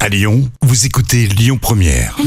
À Lyon, vous écoutez Lyon Première.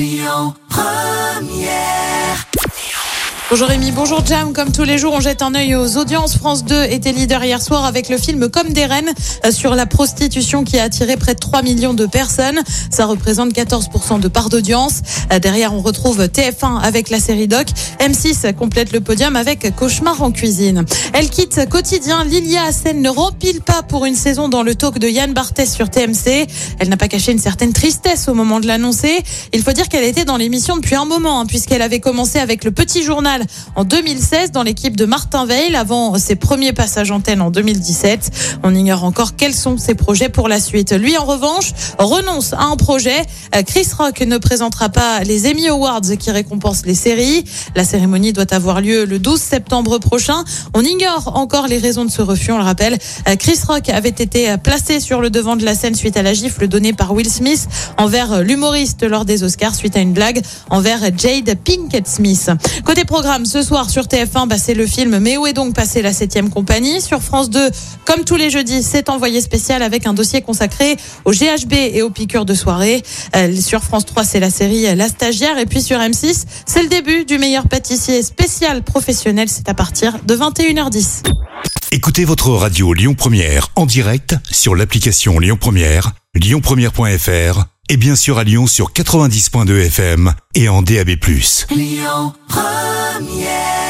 Bonjour Rémi, bonjour Jam. Comme tous les jours, on jette un œil aux audiences. France 2 était leader hier soir avec le film Comme des reines sur la prostitution qui a attiré près de 3 millions de personnes. Ça représente 14% de part d'audience. Derrière, on retrouve TF1 avec la série Doc. M6 complète le podium avec Cauchemar en cuisine. Elle quitte Quotidien. Lilia Hassen ne rempile pas pour une saison dans le talk de Yann Barthès sur TMC. Elle n'a pas caché une certaine tristesse au moment de l'annoncer. Il faut dire qu'elle était dans l'émission depuis un moment, puisqu'elle avait commencé avec le Petit Journal en 2016 dans l'équipe de Martin Veil avant ses premiers passages antenne en 2017. On ignore encore quels sont ses projets pour la suite. Lui, en revanche, renonce à un projet. Chris Rock ne présentera pas les Emmy Awards qui récompensent les séries. La cérémonie doit avoir lieu le 12 septembre prochain. On ignore encore les raisons de ce refus, on le rappelle. Chris Rock avait été placé sur le devant de la scène suite à la gifle donnée par Will Smith envers l'humoriste lors des Oscars suite à une blague envers Jada Pinkett Smith. Côté programme, ce soir sur TF1, c'est le film Mais où est donc passée la 7e compagnie. Sur France 2, comme tous les jeudis, c'est envoyé spécial avec un dossier consacré au GHB et aux piqûres de soirée. Sur France 3, c'est la série La Stagiaire. Et puis sur M6, c'est le début du meilleur pâtissier spécial professionnel. C'est à partir de 21h10. Écoutez votre radio Lyon Première en direct sur l'application Lyon Première, lyonpremière.fr et bien sûr à Lyon sur 90.2 FM et en DAB+. Lyon Première.